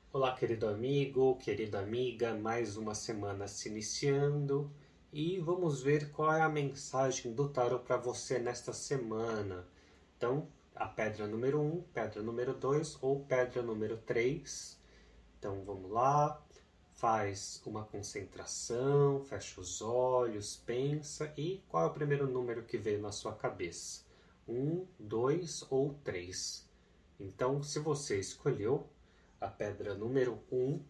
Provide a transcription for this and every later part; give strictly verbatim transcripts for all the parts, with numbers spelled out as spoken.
Olá, querido amigo, querida amiga, mais uma semana se iniciando e vamos ver qual é a mensagem do tarot para você nesta semana. Então, a pedra número um, pedra número dois ou pedra número três. Então, vamos lá, faz uma concentração, fecha os olhos, pensa e qual é o primeiro número que veio na sua cabeça? Um, dois ou três? Então, se você escolheu a pedra número um,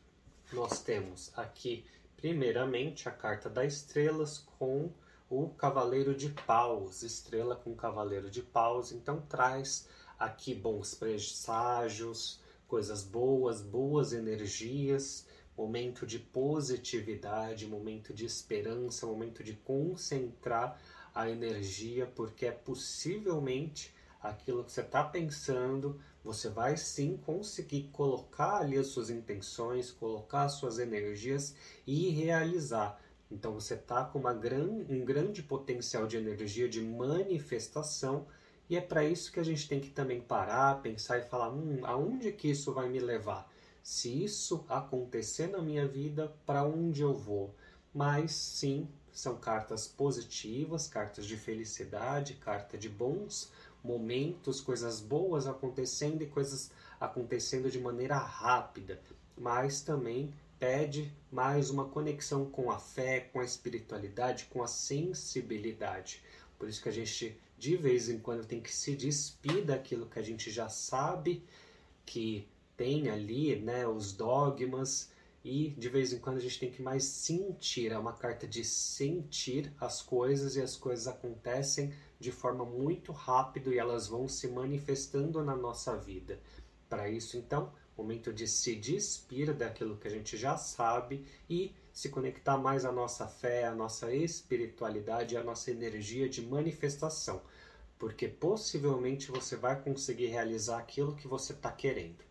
nós temos aqui, primeiramente, a carta das estrelas com o cavaleiro de paus, estrela com cavaleiro de paus, então traz aqui bons presságios, coisas boas, boas energias, momento de positividade, momento de esperança, momento de concentrar a energia, porque é possivelmente aquilo que você está pensando, você vai sim conseguir colocar ali as suas intenções, colocar as suas energias e realizar. Então você está com uma gran, um grande potencial de energia, de manifestação, e é para isso que a gente tem que também parar, pensar e falar, hum, aonde que isso vai me levar? Se isso acontecer na minha vida, para onde eu vou? Mas sim, são cartas positivas, cartas de felicidade, carta de bons momentos, coisas boas acontecendo e coisas acontecendo de maneira rápida, mas também pede mais uma conexão com a fé, com a espiritualidade, com a sensibilidade. Por isso que a gente, de vez em quando, tem que se despir daquilo que a gente já sabe, que tem ali, né, os dogmas, e de vez em quando a gente tem que mais sentir, é uma carta de sentir as coisas, e as coisas acontecem de forma muito rápida e elas vão se manifestando na nossa vida. Para isso, então, momento de se despir daquilo que a gente já sabe e se conectar mais à nossa fé, à nossa espiritualidade, à nossa energia de manifestação, porque possivelmente você vai conseguir realizar aquilo que você está querendo.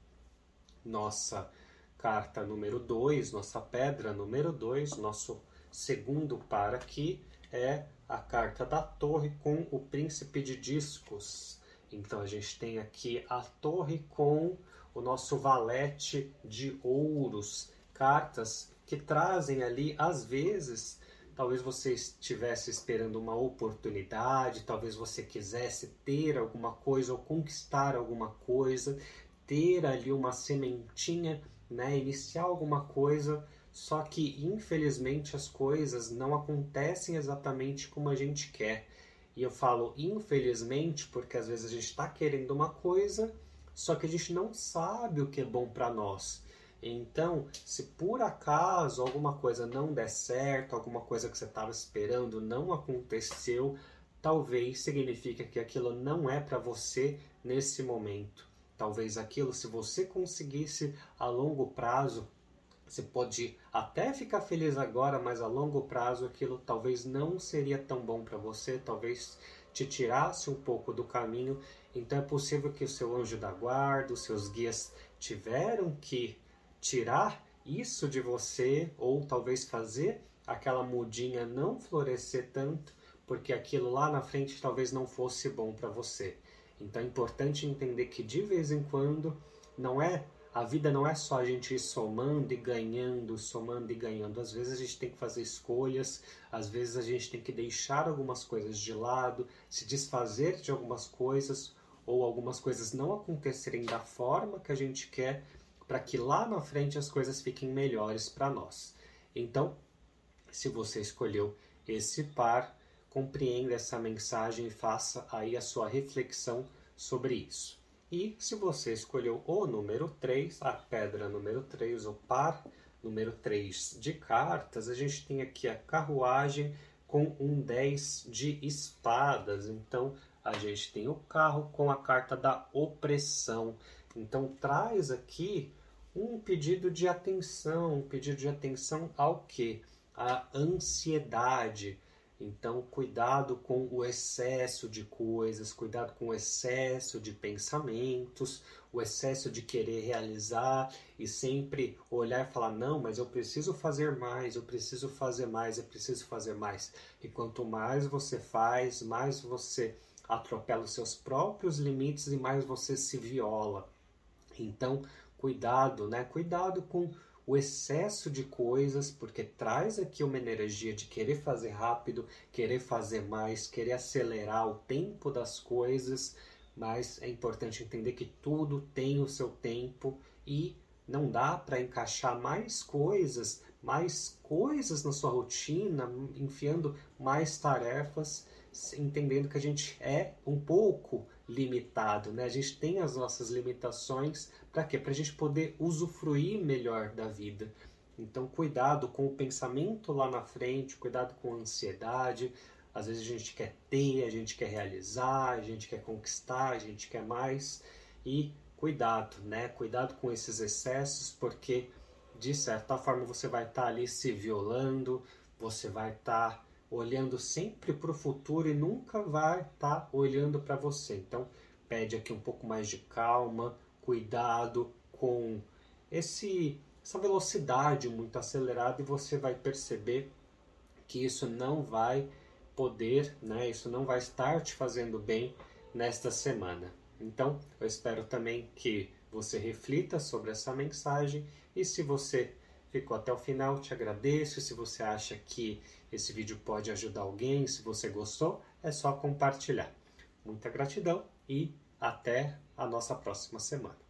Nossa carta número dois, nossa pedra número dois, nosso segundo par aqui é a carta da torre com o príncipe de discos. Então a gente tem aqui a torre com o nosso valete de ouros, cartas que trazem ali, às vezes, talvez você estivesse esperando uma oportunidade, talvez você quisesse ter alguma coisa ou conquistar alguma coisa, ter ali uma sementinha, né, iniciar alguma coisa, só que infelizmente as coisas não acontecem exatamente como a gente quer. E eu falo infelizmente porque às vezes a gente está querendo uma coisa, só que a gente não sabe o que é bom para nós. Então, se por acaso alguma coisa não der certo, alguma coisa que você estava esperando não aconteceu, talvez signifique que aquilo não é para você nesse momento. Talvez aquilo, se você conseguisse a longo prazo, você pode até ficar feliz agora, mas a longo prazo aquilo talvez não seria tão bom para você, talvez te tirasse um pouco do caminho. Então é possível que o seu anjo da guarda, os seus guias tiveram que tirar isso de você, ou talvez fazer aquela mudinha não florescer tanto, porque aquilo lá na frente talvez não fosse bom para você. Então é importante entender que de vez em quando não é, a vida não é só a gente ir somando e ganhando, somando e ganhando. Às vezes a gente tem que fazer escolhas, às vezes a gente tem que deixar algumas coisas de lado, se desfazer de algumas coisas, ou algumas coisas não acontecerem da forma que a gente quer, para que lá na frente as coisas fiquem melhores para nós. Então, se você escolheu esse par, compreenda essa mensagem e faça aí a sua reflexão sobre isso. E se você escolheu o número três, a pedra número três, o par número três de cartas, a gente tem aqui a carruagem com um dez de espadas. Então a gente tem o carro com a carta da opressão. Então traz aqui um pedido de atenção, um pedido de atenção ao quê? A ansiedade. Então, cuidado com o excesso de coisas, cuidado com o excesso de pensamentos, o excesso de querer realizar e sempre olhar e falar, não, mas eu preciso fazer mais, eu preciso fazer mais, eu preciso fazer mais. E quanto mais você faz, mais você atropela os seus próprios limites e mais você se viola. Então, cuidado, né? Cuidado com o excesso de coisas, porque traz aqui uma energia de querer fazer rápido, querer fazer mais, querer acelerar o tempo das coisas, mas é importante entender que tudo tem o seu tempo e não dá para encaixar mais coisas, mais coisas na sua rotina, enfiando mais tarefas, entendendo que a gente é um pouco limitado, né? A gente tem as nossas limitações, para quê? Para a gente poder usufruir melhor da vida. Então, cuidado com o pensamento lá na frente, cuidado com a ansiedade. Às vezes a gente quer ter, a gente quer realizar, a gente quer conquistar, a gente quer mais. E cuidado, né? Cuidado com esses excessos, porque de certa forma você vai estar ali se violando, você vai estar olhando sempre para o futuro e nunca vai estar olhando para você. Então, pede aqui um pouco mais de calma, cuidado com esse, essa velocidade muito acelerada e você vai perceber que isso não vai poder, né? Isso não vai estar te fazendo bem nesta semana. Então, eu espero também que você reflita sobre essa mensagem e se você ficou até o final, te agradeço. Se você acha que esse vídeo pode ajudar alguém, se você gostou, é só compartilhar. Muita gratidão e até a nossa próxima semana.